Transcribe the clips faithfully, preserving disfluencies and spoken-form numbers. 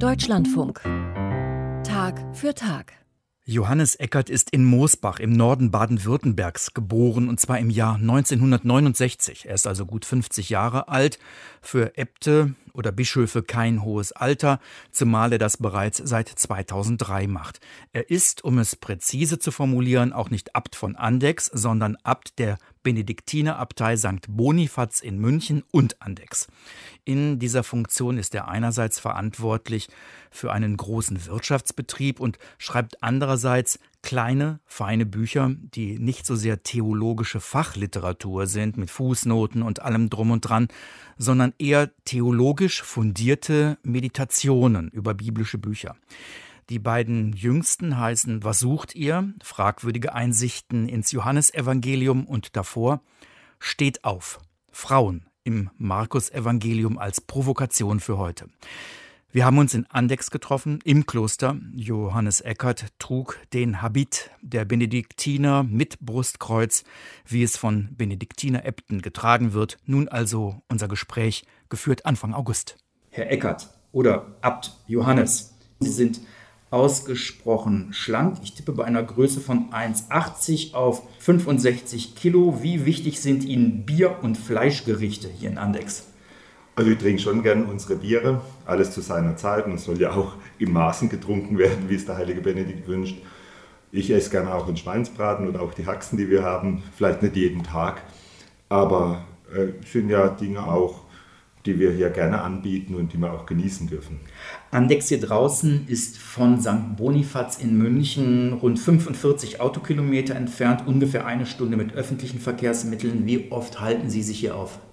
Deutschlandfunk. Tag für Tag. Johannes Eckert ist in Moosbach im Norden Baden-Württembergs geboren, und zwar im Jahr neunzehnhundertneunundsechzig. Er ist also gut fünfzig Jahre alt. Für Äbte oder Bischöfe kein hohes Alter, zumal er das bereits seit zweitausenddrei macht. Er ist, um es präzise zu formulieren, auch nicht Abt von Andechs, sondern Abt der Benediktinerabtei Sankt Bonifaz in München und Andechs. In dieser Funktion ist er einerseits verantwortlich für einen großen Wirtschaftsbetrieb und schreibt andererseits kleine, feine Bücher, die nicht so sehr theologische Fachliteratur sind mit Fußnoten und allem drum und dran, sondern eher theologisch fundierte Meditationen über biblische Bücher. Die beiden jüngsten heißen »Was sucht ihr?« Fragwürdige Einsichten ins Johannesevangelium, und davor »Steht auf! Frauen im Markus-Evangelium als Provokation für heute«. Wir haben uns in Andechs getroffen, im Kloster. Johannes Eckert trug den Habit der Benediktiner mit Brustkreuz, wie es von Benediktineräbten getragen wird. Nun also unser Gespräch, geführt Anfang August. Herr Eckert oder Abt Johannes, Sie sind ausgesprochen schlank. Ich tippe bei einer Größe von eins Komma achtzig auf fünfundsechzig Kilo. Wie wichtig sind Ihnen Bier- und Fleischgerichte hier in Andechs? Also ich trinke schon gern unsere Biere, alles zu seiner Zeit, und es soll ja auch in Maßen getrunken werden, wie es der heilige Benedikt wünscht. Ich esse gerne auch einen Schweinsbraten oder auch die Haxen, die wir haben, vielleicht nicht jeden Tag, aber äh, sind ja Dinge auch, die wir hier gerne anbieten und die wir auch genießen dürfen. Andechs hier draußen ist von Sankt Bonifaz in München rund fünfundvierzig Autokilometer entfernt, ungefähr eine Stunde mit öffentlichen Verkehrsmitteln. Wie oft halten Sie sich hier auf?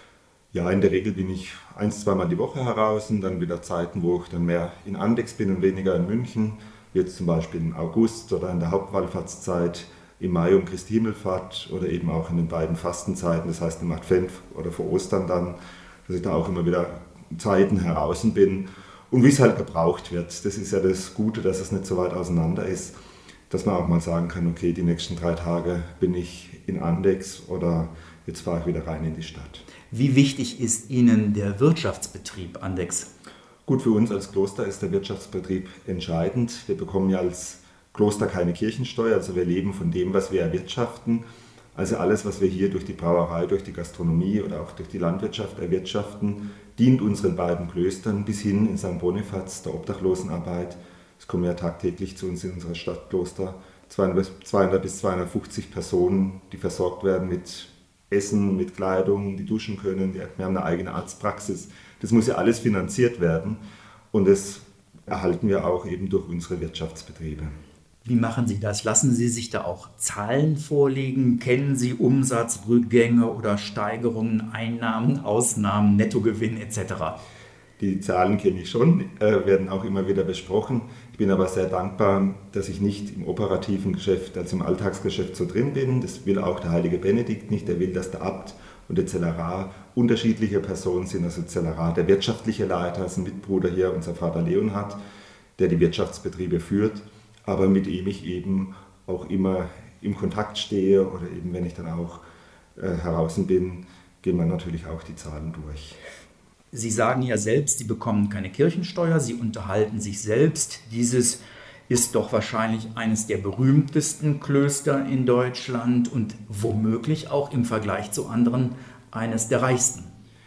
Ja, in der Regel bin ich ein-, zweimal die Woche heraus, und dann wieder Zeiten, wo ich dann mehr in Andechs bin und weniger in München. Jetzt zum Beispiel im August oder in der Hauptwallfahrtszeit, im Mai um Christi Himmelfahrt oder eben auch in den beiden Fastenzeiten, das heißt im Advent oder vor Ostern dann, dass ich da auch immer wieder Zeiten heraus bin. Und wie es halt gebraucht wird, das ist ja das Gute, dass es nicht so weit auseinander ist, dass man auch mal sagen kann, okay, die nächsten drei Tage bin ich in Andechs oder jetzt fahre ich wieder rein in die Stadt. Wie wichtig ist Ihnen der Wirtschaftsbetrieb Andechs? Gut, für uns als Kloster ist der Wirtschaftsbetrieb entscheidend. Wir bekommen ja als Kloster keine Kirchensteuer, also wir leben von dem, was wir erwirtschaften. Also alles, was wir hier durch die Brauerei, durch die Gastronomie oder auch durch die Landwirtschaft erwirtschaften, dient unseren beiden Klöstern bis hin in Sankt Bonifaz, der Obdachlosenarbeit. Es kommen ja tagtäglich zu uns in unserer Stadtkloster zweihundert bis zweihundertfünfzig Personen, die versorgt werden mit Essen, mit Kleidung, die duschen können. Wir haben eine eigene Arztpraxis. Das muss ja alles finanziert werden, und das erhalten wir auch eben durch unsere Wirtschaftsbetriebe. Wie machen Sie das? Lassen Sie sich da auch Zahlen vorlegen? Kennen Sie Umsatzrückgänge oder Steigerungen, Einnahmen, Ausnahmen, Nettogewinn et cetera? Die Zahlen kenne ich schon, äh, werden auch immer wieder besprochen. Ich bin aber sehr dankbar, dass ich nicht im operativen Geschäft, also im Alltagsgeschäft so drin bin. Das will auch der heilige Benedikt nicht. Er will, dass der Abt und der Zellerar unterschiedliche Personen sind. Also Zellerar, der wirtschaftliche Leiter, ist ein Mitbruder hier, unser Vater Leonhard, der die Wirtschaftsbetriebe führt, aber mit dem ich eben auch immer im Kontakt stehe, oder eben wenn ich dann auch äh, heraus bin, gehen wir natürlich auch die Zahlen durch. Sie sagen ja selbst, Sie bekommen keine Kirchensteuer, Sie unterhalten sich selbst. Dieses ist doch wahrscheinlich eines der berühmtesten Klöster in Deutschland und womöglich auch im Vergleich zu anderen eines der reichsten.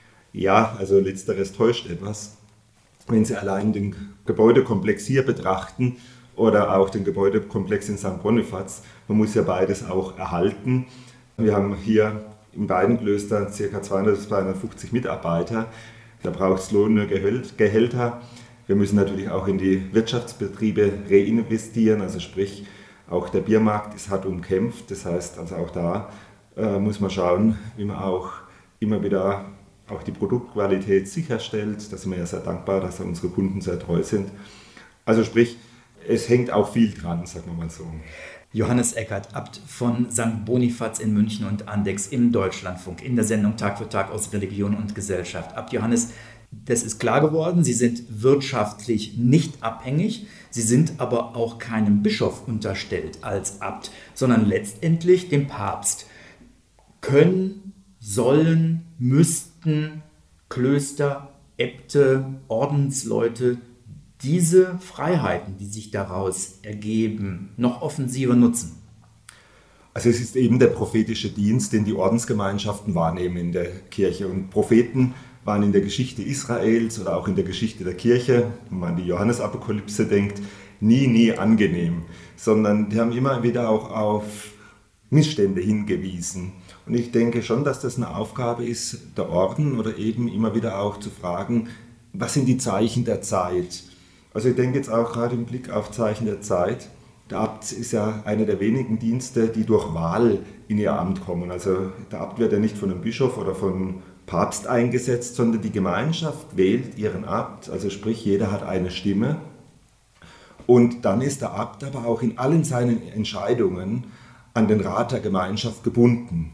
Ja, also letzteres täuscht etwas. Wenn Sie allein den Gebäudekomplex hier betrachten oder auch den Gebäudekomplex in Sankt Bonifaz, man muss ja beides auch erhalten. Wir haben hier in beiden Klöstern ca. zweihundert bis zweihundertfünfzig Mitarbeiter. Da braucht es lohnende Gehälter. Wir müssen natürlich auch in die Wirtschaftsbetriebe reinvestieren, also sprich, auch der Biermarkt ist hart umkämpft. Das heißt, also auch da äh, muss man schauen, wie man auch immer wieder auch die Produktqualität sicherstellt. Da sind wir ja sehr dankbar, dass unsere Kunden sehr treu sind. Also sprich, es hängt auch viel dran, sagen wir mal so. Johannes Eckert, Abt von Sankt Bonifaz in München und Andechs im Deutschlandfunk in der Sendung Tag für Tag aus Religion und Gesellschaft. Abt Johannes, das ist klar geworden, Sie sind wirtschaftlich nicht abhängig, Sie sind aber auch keinem Bischof unterstellt als Abt, sondern letztendlich dem Papst. Können, sollen, müssten Klöster, Äbte, Ordensleute diese Freiheiten, die sich daraus ergeben, noch offensiver nutzen? Also es ist eben der prophetische Dienst, den die Ordensgemeinschaften wahrnehmen in der Kirche. Und Propheten waren in der Geschichte Israels oder auch in der Geschichte der Kirche, wenn man an die Johannesapokalypse denkt, nie, nie angenehm, sondern die haben immer wieder auch auf Missstände hingewiesen. Und ich denke schon, dass das eine Aufgabe ist, der Orden oder eben immer wieder auch zu fragen, was sind die Zeichen der Zeit? Also ich denke jetzt auch gerade im Blick auf Zeichen der Zeit, der Abt ist ja einer der wenigen Dienste, die durch Wahl in ihr Amt kommen. Also der Abt wird ja nicht von einem Bischof oder von Papst eingesetzt, sondern die Gemeinschaft wählt ihren Abt, also sprich jeder hat eine Stimme. Und dann ist der Abt aber auch in allen seinen Entscheidungen an den Rat der Gemeinschaft gebunden.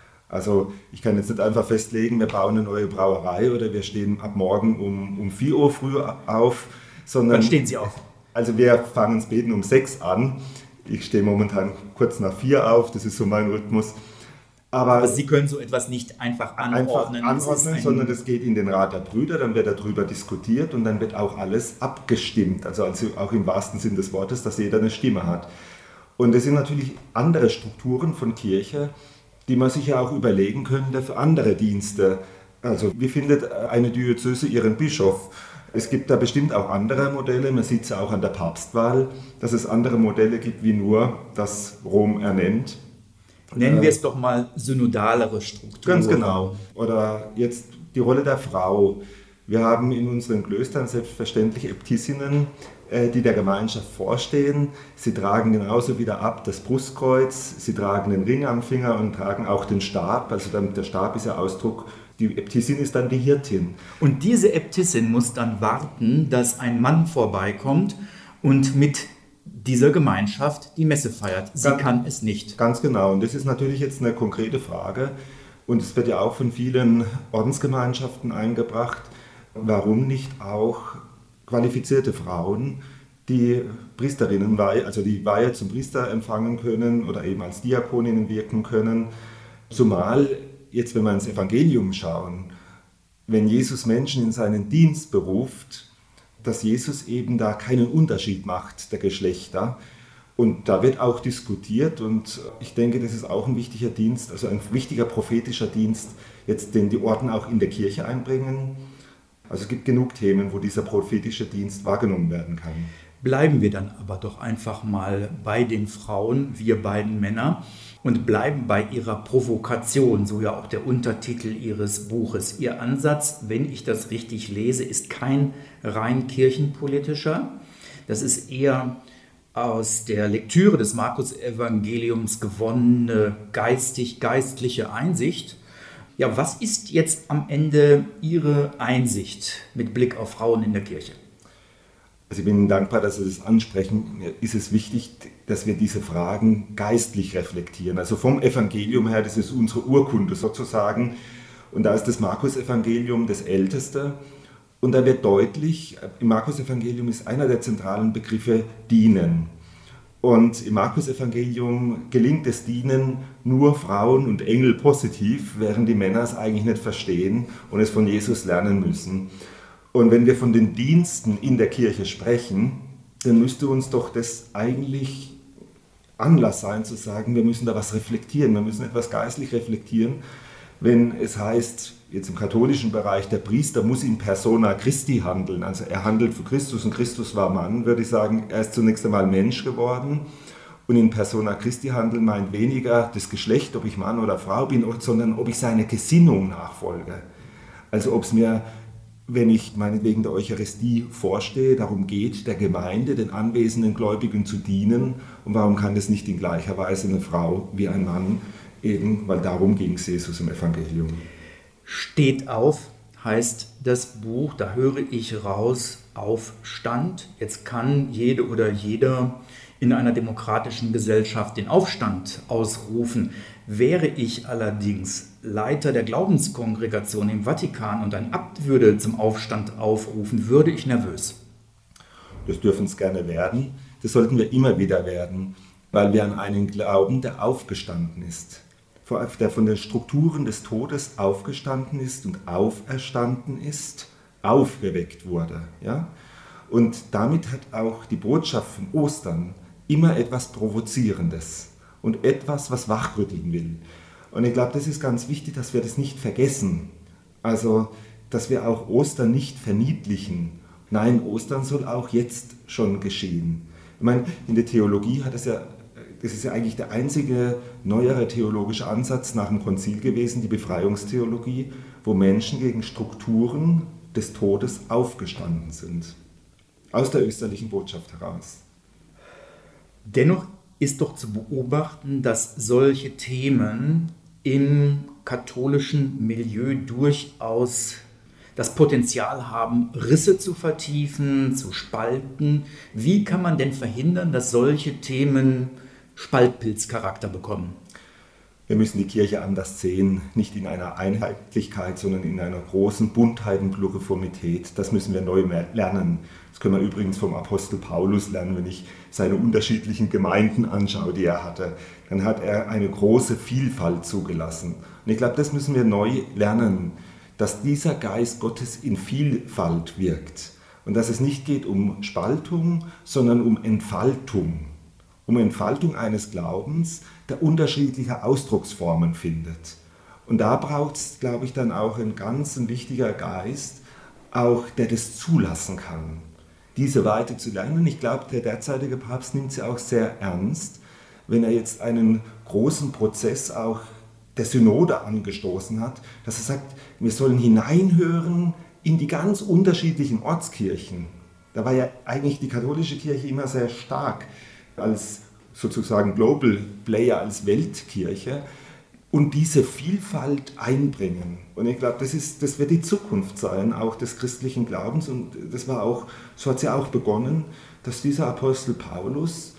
Also ich kann jetzt nicht einfach festlegen, wir bauen eine neue Brauerei oder wir stehen ab morgen um, um vier Uhr früh auf, sondern... Wann stehen Sie auf? Also wir fangen das Beten um sechs an. Ich stehe momentan kurz nach vier auf, das ist so mein Rhythmus. Aber, Aber Sie können so etwas nicht einfach anordnen, einfach anordnen ein sondern das geht in den Rat der Brüder, dann wird darüber diskutiert und dann wird auch alles abgestimmt. Also, also auch im wahrsten Sinn des Wortes, dass jeder eine Stimme hat. Und das sind natürlich andere Strukturen von Kirche, die man sich ja auch überlegen könnte für andere Dienste. Also wie findet eine Diözese ihren Bischof? Es gibt da bestimmt auch andere Modelle, man sieht es ja auch an der Papstwahl, dass es andere Modelle gibt, wie nur das Rom ernennt. Nennen wir es doch mal synodalere Strukturen. Ganz genau. Oder jetzt die Rolle der Frau. Wir haben in unseren Klöstern selbstverständlich Äbtissinnen, die der Gemeinschaft vorstehen. Sie tragen genauso wie der Abt das Brustkreuz, sie tragen den Ring am Finger und tragen auch den Stab. Also der Stab ist ja Ausdruck, die Äbtissin ist dann die Hirtin. Und diese Äbtissin muss dann warten, dass ein Mann vorbeikommt und mit dieser Gemeinschaft die Messe feiert. Sie ganz, kann es nicht. Ganz genau. Und das ist natürlich jetzt eine konkrete Frage. Und es wird ja auch von vielen Ordensgemeinschaften eingebracht. Warum nicht auch qualifizierte Frauen, die Priesterinnen, also die Weihe zum Priester empfangen können oder eben als Diakoninnen wirken können? Zumal jetzt, wenn wir ins Evangelium schauen, wenn Jesus Menschen in seinen Dienst beruft, dass Jesus eben da keinen Unterschied macht der Geschlechter. Und da wird auch diskutiert und ich denke, das ist auch ein wichtiger Dienst, also ein wichtiger prophetischer Dienst, jetzt den die Orden auch in der Kirche einbringen. Also es gibt genug Themen, wo dieser prophetische Dienst wahrgenommen werden kann. Bleiben wir dann aber doch einfach mal bei den Frauen, wir beiden Männer, und bleiben bei ihrer Provokation, so ja auch der Untertitel ihres Buches. Ihr Ansatz, wenn ich das richtig lese, ist kein rein kirchenpolitischer. Das ist eher aus der Lektüre des Markus-Evangeliums gewonnene geistig-geistliche Einsicht. Ja, was ist jetzt am Ende Ihre Einsicht mit Blick auf Frauen in der Kirche? Also ich bin Ihnen dankbar, dass Sie das ansprechen. Mir ist es wichtig, dass wir diese Fragen geistlich reflektieren. Also vom Evangelium her, das ist unsere Urkunde sozusagen. Und da ist das Markus-Evangelium das älteste. Und da wird deutlich, im Markus-Evangelium ist einer der zentralen Begriffe dienen. Und im Markus-Evangelium gelingt das Dienen nur Frauen und Engel positiv, während die Männer es eigentlich nicht verstehen und es von Jesus lernen müssen. Und wenn wir von den Diensten in der Kirche sprechen, dann müsste uns doch das eigentlich Anlass sein zu sagen, wir müssen da was reflektieren, wir müssen etwas geistlich reflektieren. Wenn es heißt, jetzt im katholischen Bereich, der Priester muss in persona Christi handeln, also er handelt für Christus und Christus war Mann, würde ich sagen, er ist zunächst einmal Mensch geworden. Und in persona Christi handeln meint weniger das Geschlecht, ob ich Mann oder Frau bin, sondern ob ich seine Gesinnung nachfolge. Also ob es mir, wenn ich meinetwegen der Eucharistie vorstehe, darum geht, der Gemeinde, den anwesenden Gläubigen zu dienen. Und warum kann das nicht in gleicher Weise eine Frau wie ein Mann eben, weil darum ging es Jesus im Evangelium. Steht auf heißt das Buch, da höre ich raus, Aufstand. Jetzt kann jede oder jeder in einer demokratischen Gesellschaft den Aufstand ausrufen. Wäre ich allerdings Leiter der Glaubenskongregation im Vatikan und ein Abt würde zum Aufstand aufrufen, würde ich nervös. Das dürfen es gerne werden. Das sollten wir immer wieder werden, weil wir an einen glauben, der aufgestanden ist. Der von den Strukturen des Todes aufgestanden ist und auferstanden ist, aufgeweckt wurde. Ja? Und damit hat auch die Botschaft von Ostern immer etwas Provozierendes und etwas, was wachrütteln will. Und ich glaube, das ist ganz wichtig, dass wir das nicht vergessen. Also, dass wir auch Ostern nicht verniedlichen. Nein, Ostern soll auch jetzt schon geschehen. Ich meine, in der Theologie hat es ja, das ist ja eigentlich der einzige neuere theologische Ansatz nach dem Konzil gewesen, die Befreiungstheologie, wo Menschen gegen Strukturen des Todes aufgestanden sind. Aus der österlichen Botschaft heraus. Dennoch ist doch zu beobachten, dass solche Themen im katholischen Milieu durchaus das Potenzial haben, Risse zu vertiefen, zu spalten. Wie kann man denn verhindern, dass solche Themen Spaltpilzcharakter bekommen? Wir müssen die Kirche anders sehen, nicht in einer Einheitlichkeit, sondern in einer großen Buntheit und Pluriformität. Das müssen wir neu lernen. Das können wir übrigens vom Apostel Paulus lernen, wenn ich seine unterschiedlichen Gemeinden anschaue, die er hatte. Dann hat er eine große Vielfalt zugelassen. Und ich glaube, das müssen wir neu lernen, dass dieser Geist Gottes in Vielfalt wirkt. Und dass es nicht geht um Spaltung, sondern um Entfaltung. Um Entfaltung eines Glaubens, der unterschiedliche Ausdrucksformen findet. Und da braucht es, glaube ich, dann auch ein ganz ein wichtiger Geist, auch der das zulassen kann, diese Weite zu lernen. Und ich glaube, der derzeitige Papst nimmt sie auch sehr ernst, wenn er jetzt einen großen Prozess auch der Synode angestoßen hat, dass er sagt, wir sollen hineinhören in die ganz unterschiedlichen Ortskirchen. Da war ja eigentlich die katholische Kirche immer sehr stark als sozusagen Global Player, als Weltkirche und diese Vielfalt einbringen. Und ich glaube, das ist, das wird die Zukunft sein, auch des christlichen Glaubens. Und das war auch, so hat es ja auch begonnen, dass dieser Apostel Paulus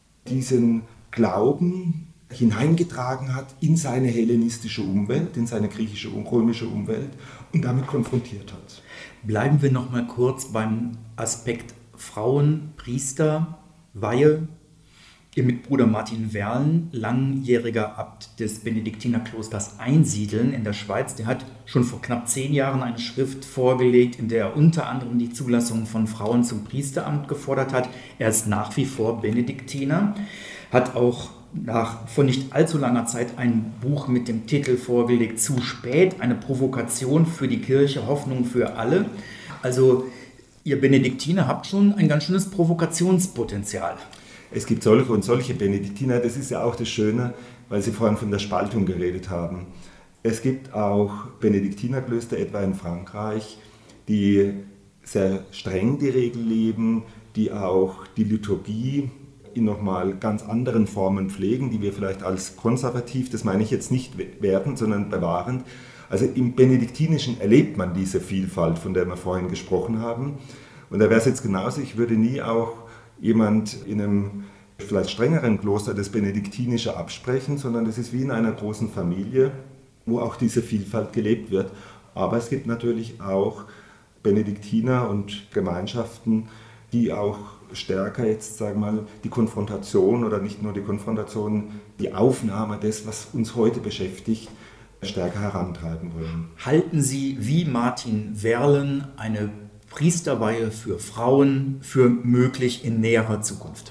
diesen Glauben hineingetragen hat in seine hellenistische Umwelt, in seine griechische und römische Umwelt und damit konfrontiert hat. Bleiben wir noch mal kurz beim Aspekt Frauen, Priester, Weihe. Ihr Mitbruder Martin Werlen, langjähriger Abt des Benediktinerklosters Einsiedeln in der Schweiz, der hat schon vor knapp zehn Jahren eine Schrift vorgelegt, in der er unter anderem die Zulassung von Frauen zum Priesteramt gefordert hat. Er ist nach wie vor Benediktiner, hat auch nach vor nicht allzu langer Zeit ein Buch mit dem Titel vorgelegt, Zu spät, eine Provokation für die Kirche, Hoffnung für alle. Also ihr Benediktiner habt schon ein ganz schönes Provokationspotenzial. Es gibt solche und solche Benediktiner, das ist ja auch das Schöne, weil Sie vorhin von der Spaltung geredet haben. Es gibt auch Benediktinerklöster, etwa in Frankreich, die sehr streng die Regel leben, die auch die Liturgie in nochmal ganz anderen Formen pflegen, die wir vielleicht als konservativ, das meine ich jetzt nicht wertend, sondern bewahrend. Also im Benediktinischen erlebt man diese Vielfalt, von der wir vorhin gesprochen haben. Und da wäre es jetzt genauso, ich würde nie auch jemand in einem vielleicht strengeren Kloster das Benediktinische absprechen, sondern das ist wie in einer großen Familie, wo auch diese Vielfalt gelebt wird. Aber es gibt natürlich auch Benediktiner und Gemeinschaften, die auch stärker jetzt, sagen wir mal, die Konfrontation oder nicht nur die Konfrontation, die Aufnahme des, was uns heute beschäftigt, stärker herantreiben wollen. Halten Sie wie Martin Werlen eine Priesterweihe für Frauen für möglich in näherer Zukunft?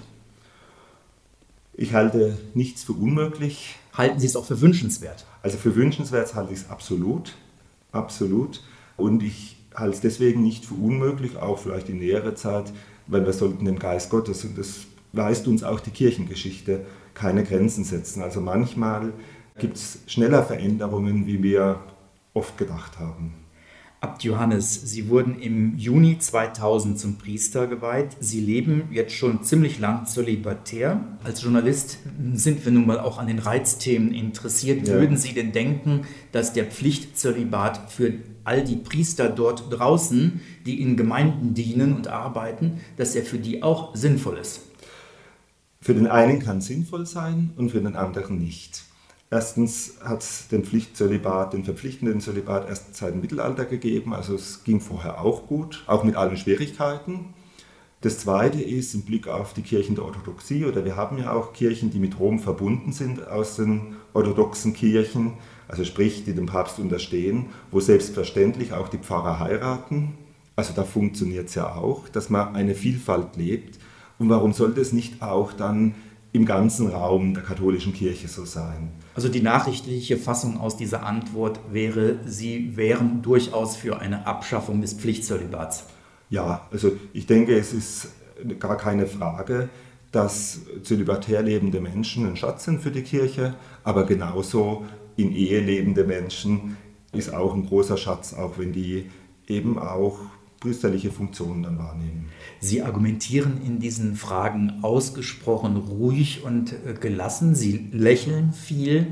Ich halte nichts für unmöglich. Halten Sie es auch für wünschenswert? Also für wünschenswert halte ich es absolut, absolut. Und ich halte es deswegen nicht für unmöglich, auch vielleicht in näherer Zeit, weil wir sollten dem Geist Gottes, und das weist uns auch die Kirchengeschichte, keine Grenzen setzen. Also manchmal gibt es schneller Veränderungen, wie wir oft gedacht haben. Abt Johannes, Sie wurden im Juni zweitausend zum Priester geweiht. Sie leben jetzt schon ziemlich lang zölibatär. Als Journalist sind wir nun mal auch an den Reizthemen interessiert. Ja. Würden Sie denn denken, dass der Pflichtzölibat für all die Priester dort draußen, die in Gemeinden dienen und arbeiten, dass er für die auch sinnvoll ist? Für den einen kann es sinnvoll sein und für den anderen nicht. Erstens hat es den Pflichtzölibat, den verpflichtenden Zölibat erst seit dem Mittelalter gegeben, also es ging vorher auch gut, auch mit allen Schwierigkeiten. Das Zweite ist im Blick auf die Kirchen der Orthodoxie, oder wir haben ja auch Kirchen, die mit Rom verbunden sind aus den orthodoxen Kirchen, also sprich, die dem Papst unterstehen, wo selbstverständlich auch die Pfarrer heiraten, Also da funktioniert es ja auch, dass man eine Vielfalt lebt. Und warum sollte es nicht auch dann im ganzen Raum der katholischen Kirche so sein? Also die nachrichtliche Fassung aus dieser Antwort wäre, Sie wären durchaus für eine Abschaffung des Pflichtzölibats. Ja, also ich denke, es ist gar keine Frage, dass zölibatär lebende Menschen ein Schatz sind für die Kirche, aber genauso in Ehe lebende Menschen ist auch ein großer Schatz, auch wenn die eben auch priesterliche Funktionen dann wahrnehmen. Sie argumentieren in diesen Fragen ausgesprochen ruhig und gelassen. Sie lächeln viel.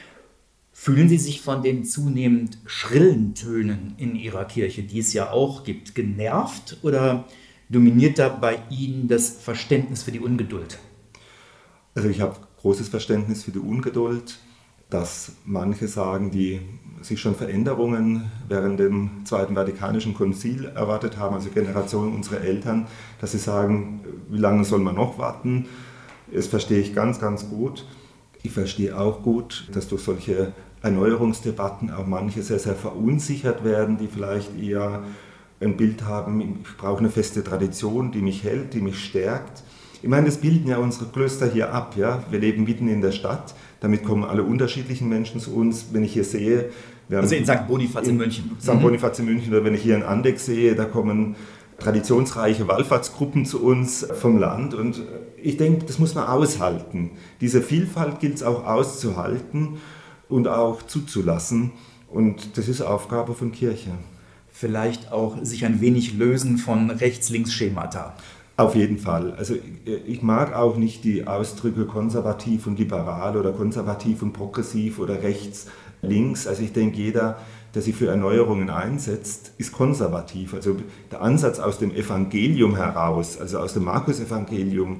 Fühlen Sie sich von den zunehmend schrillen Tönen in Ihrer Kirche, die es ja auch gibt, genervt oder dominiert da bei Ihnen das Verständnis für die Ungeduld? Also ich habe großes Verständnis für die Ungeduld, dass manche sagen, die sich schon Veränderungen während dem Zweiten Vatikanischen Konzil erwartet haben, also Generationen unserer Eltern, dass sie sagen, wie lange soll man noch warten? Das verstehe ich ganz, ganz gut. Ich verstehe auch gut, dass durch solche Erneuerungsdebatten auch manche sehr, sehr verunsichert werden, die vielleicht eher ein Bild haben, ich brauche eine feste Tradition, die mich hält, die mich stärkt. Ich meine, das bilden ja unsere Klöster hier ab. Ja? Wir leben mitten in der Stadt, damit kommen alle unterschiedlichen Menschen zu uns. Wenn ich hier sehe... Wir haben also in Sankt Bonifaz in, in München. Sankt Bonifaz in München, oder wenn ich hier in Andex sehe, da kommen traditionsreiche Wallfahrtsgruppen zu uns vom Land. Und ich denke, das muss man aushalten. Diese Vielfalt gilt es auch auszuhalten und auch zuzulassen. Und das ist Aufgabe von Kirche. Vielleicht auch sich ein wenig lösen von Rechts-Links-Schemata. Auf jeden Fall. Also ich mag auch nicht die Ausdrücke konservativ und liberal oder konservativ und progressiv oder rechts, links. Also ich denke, jeder, der sich für Erneuerungen einsetzt, ist konservativ. Also der Ansatz aus dem Evangelium heraus, also aus dem Markus-Evangelium,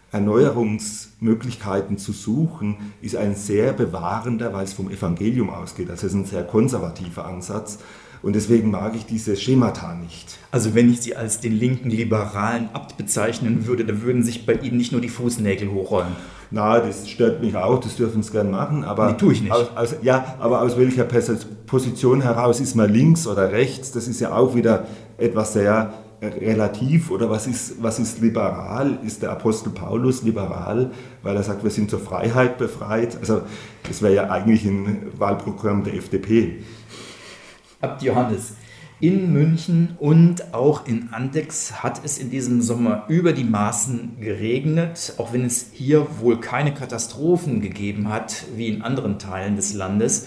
Erneuerungsmöglichkeiten zu suchen, ist ein sehr bewahrender, weil es vom Evangelium ausgeht. Also es ist ein sehr konservativer Ansatz. Und deswegen mag ich diese Schemata nicht. Also wenn ich Sie als den linken liberalen Abt bezeichnen würde, dann würden sich bei Ihnen nicht nur die Fußnägel hochrollen. Na, das stört mich auch, das dürfen Sie gern machen. Aber nee, tue ich nicht. Aus, aus, ja, aber aus welcher Position heraus ist man links oder rechts? Das ist ja auch wieder etwas sehr relativ. Oder was ist, was ist liberal? Ist der Apostel Paulus liberal, weil er sagt, wir sind zur Freiheit befreit? Also das wäre ja eigentlich ein Wahlprogramm der F D P. Abt Johannes, in München und auch in Andex hat es in diesem Sommer über die Maßen geregnet, auch wenn es hier wohl keine Katastrophen gegeben hat, wie in anderen Teilen des Landes.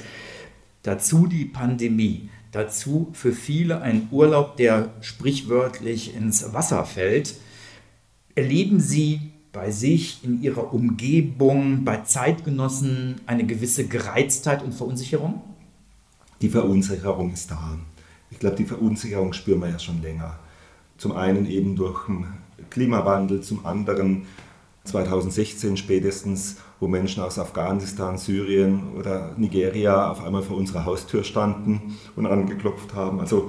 Dazu die Pandemie, dazu für viele ein Urlaub, der sprichwörtlich ins Wasser fällt. Erleben Sie bei sich, in Ihrer Umgebung, bei Zeitgenossen eine gewisse Gereiztheit und Verunsicherung? Die Verunsicherung ist da. Ich glaube, die Verunsicherung spüren wir ja schon länger. Zum einen eben durch den Klimawandel, zum anderen zweitausendsechzehn spätestens, wo Menschen aus Afghanistan, Syrien oder Nigeria auf einmal vor unserer Haustür standen und angeklopft haben. Also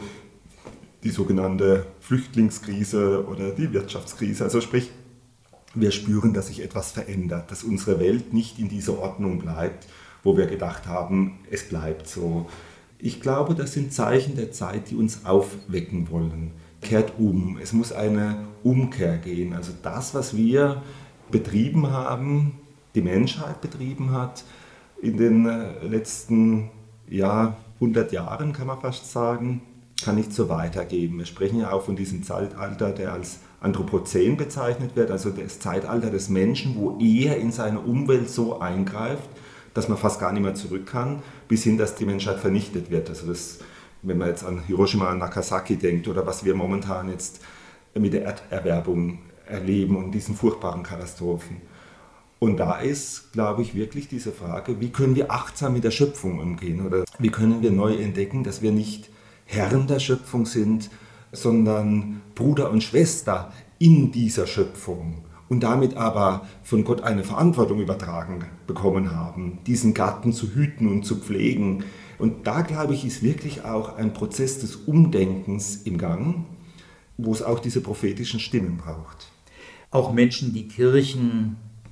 die sogenannte Flüchtlingskrise oder die Wirtschaftskrise. Also sprich, wir spüren, dass sich etwas verändert, dass unsere Welt nicht in dieser Ordnung bleibt, wo wir gedacht haben, es bleibt so. Ich glaube, das sind Zeichen der Zeit, die uns aufwecken wollen. Kehrt um. Es muss eine Umkehr gehen. Also das, was wir betrieben haben, die Menschheit betrieben hat, in den letzten ja, hundert Jahren, kann man fast sagen, kann nicht so weitergehen. Wir sprechen ja auch von diesem Zeitalter, der als Anthropozän bezeichnet wird, also das Zeitalter des Menschen, wo er in seine Umwelt so eingreift, dass man fast gar nicht mehr zurück kann, bis hin, dass die Menschheit vernichtet wird. Also das, wenn man jetzt an Hiroshima und Nagasaki denkt oder was wir momentan jetzt mit der Erderwärmung erleben und diesen furchtbaren Katastrophen. Und da ist, glaube ich, wirklich diese Frage, wie können wir achtsam mit der Schöpfung umgehen oder wie können wir neu entdecken, dass wir nicht Herren der Schöpfung sind, sondern Bruder und Schwester in dieser Schöpfung. Und damit aber von Gott eine Verantwortung übertragen bekommen haben, diesen Garten zu hüten und zu pflegen. Und da, glaube ich, ist wirklich auch ein Prozess des Umdenkens im Gang, wo es auch diese prophetischen Stimmen braucht. Auch Menschen, die Kirchen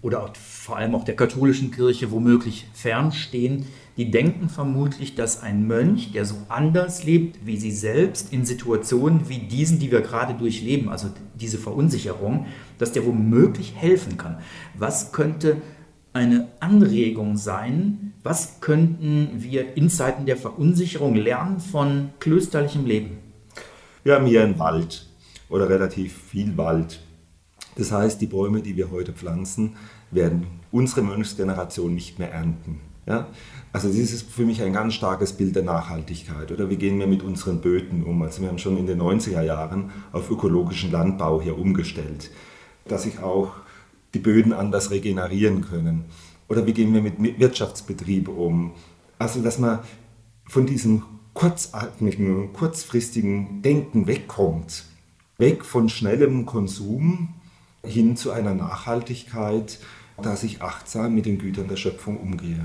oder auch, vor allem auch der katholischen Kirche womöglich fernstehen, die denken vermutlich, dass ein Mönch, der so anders lebt wie sie selbst, in Situationen wie diesen, die wir gerade durchleben, also diese Verunsicherung, dass der womöglich helfen kann. Was könnte eine Anregung sein? Was könnten wir in Zeiten der Verunsicherung lernen von klösterlichem Leben? Wir haben hier einen Wald oder relativ viel Wald. Das heißt, die Bäume, die wir heute pflanzen, werden unsere Mönchsgeneration nicht mehr ernten. Ja? Also das ist für mich ein ganz starkes Bild der Nachhaltigkeit. Oder wie gehen wir mit unseren Böden um? Also wir haben schon in den neunziger Jahren auf ökologischen Landbau hier umgestellt, dass sich auch die Böden anders regenerieren können. Oder wie gehen wir mit Wirtschaftsbetrieb um? Also dass man von diesem kurzatmigen, kurzfristigen Denken wegkommt. Weg von schnellem Konsum hin zu einer Nachhaltigkeit, dass ich achtsam mit den Gütern der Schöpfung umgehe.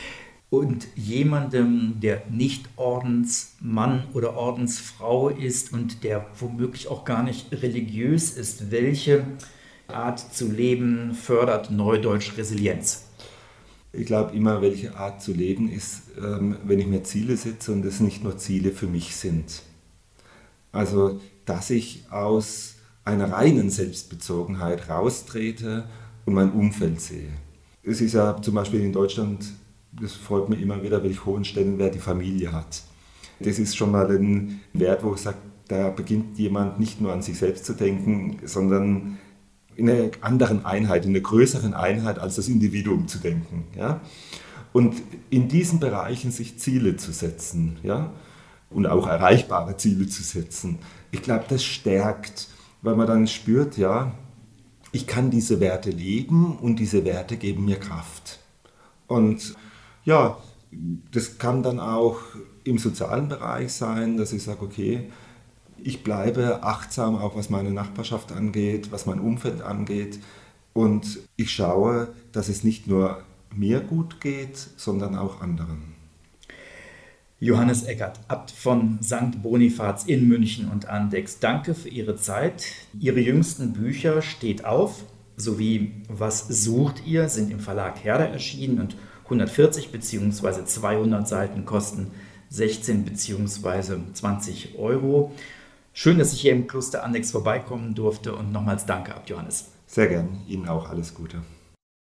Und jemandem, der nicht Ordensmann oder Ordensfrau ist und der womöglich auch gar nicht religiös ist, welche Art zu leben fördert Neudeutsch Resilienz? Ich glaube immer, welche Art zu leben ist, wenn ich mir Ziele setze und es nicht nur Ziele für mich sind. Also, dass ich aus einer reinen Selbstbezogenheit raustrete und mein Umfeld sehe. Es ist ja zum Beispiel in Deutschland, das freut mich immer wieder, welch hohen Stellenwert die Familie hat. Das ist schon mal ein Wert, wo ich sage, da beginnt jemand nicht nur an sich selbst zu denken, sondern in einer anderen Einheit, in einer größeren Einheit als das Individuum zu denken. Ja? Und in diesen Bereichen sich Ziele zu setzen, ja? Und auch erreichbare Ziele zu setzen. Ich glaube, das stärkt, weil man dann spürt, ja, ich kann diese Werte leben und diese Werte geben mir Kraft. Und ja, das kann dann auch im sozialen Bereich sein, dass ich sage, okay, ich bleibe achtsam, auch was meine Nachbarschaft angeht, was mein Umfeld angeht. Und ich schaue, dass es nicht nur mir gut geht, sondern auch anderen. Johannes Eckert, Abt von Sankt Bonifaz in München und Andechs, danke für Ihre Zeit. Ihre jüngsten Bücher Steht auf sowie Was sucht ihr sind im Verlag Herder erschienen und hundertvierzig bzw. zweihundert Seiten kosten sechzehn bzw. zwanzig Euro. Schön, dass ich hier im Kloster Andechs vorbeikommen durfte und nochmals danke, Abt Johannes. Sehr gern, Ihnen auch alles Gute.